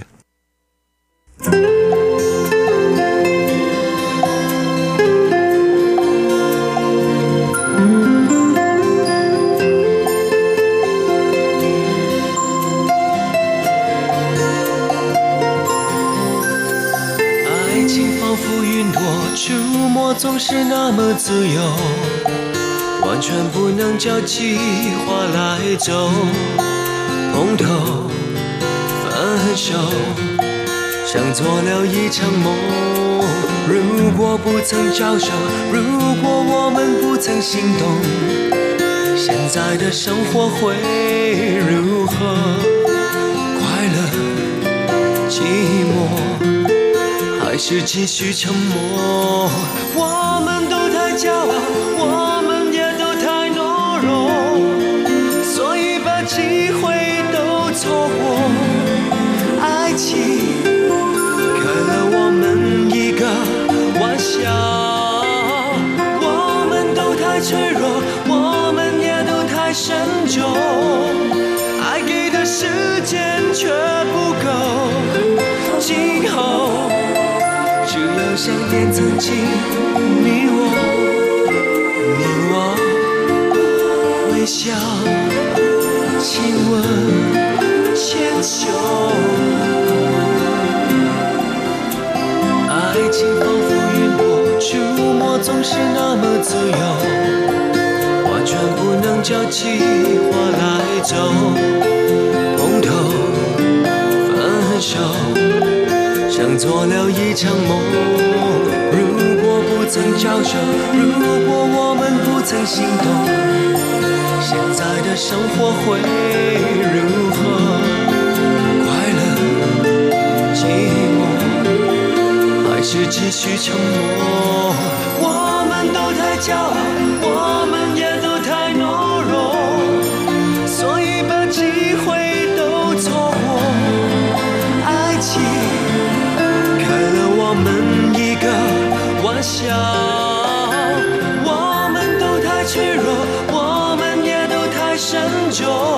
触摸总是那么自由，完全不能叫计划来走。碰头分手，像做了一场梦。如果不曾交手，如果我们不曾心动，现在的生活会如何？快乐，寂寞。还是继续沉默，我们都太骄傲，我们也都太懦弱，所以把机会都错过。爱情开了我们一个玩笑，我们都太脆弱，我们也都太深究，爱给的时间却不够，今后只有想念曾经你我微笑亲吻牵手，爱情仿佛云朵，触摸总是那么自由，完全不能叫计划来走。碰头分手，像做了一场梦。如果不曾交手，如果我们不曾心动，现在的生活会如何？快乐，寂寞，还是继续沉默？我们都太骄傲，我们也都太懦弱，所以把机会都错过。爱情我们一个玩笑，我们都太脆弱，我们也都太深究。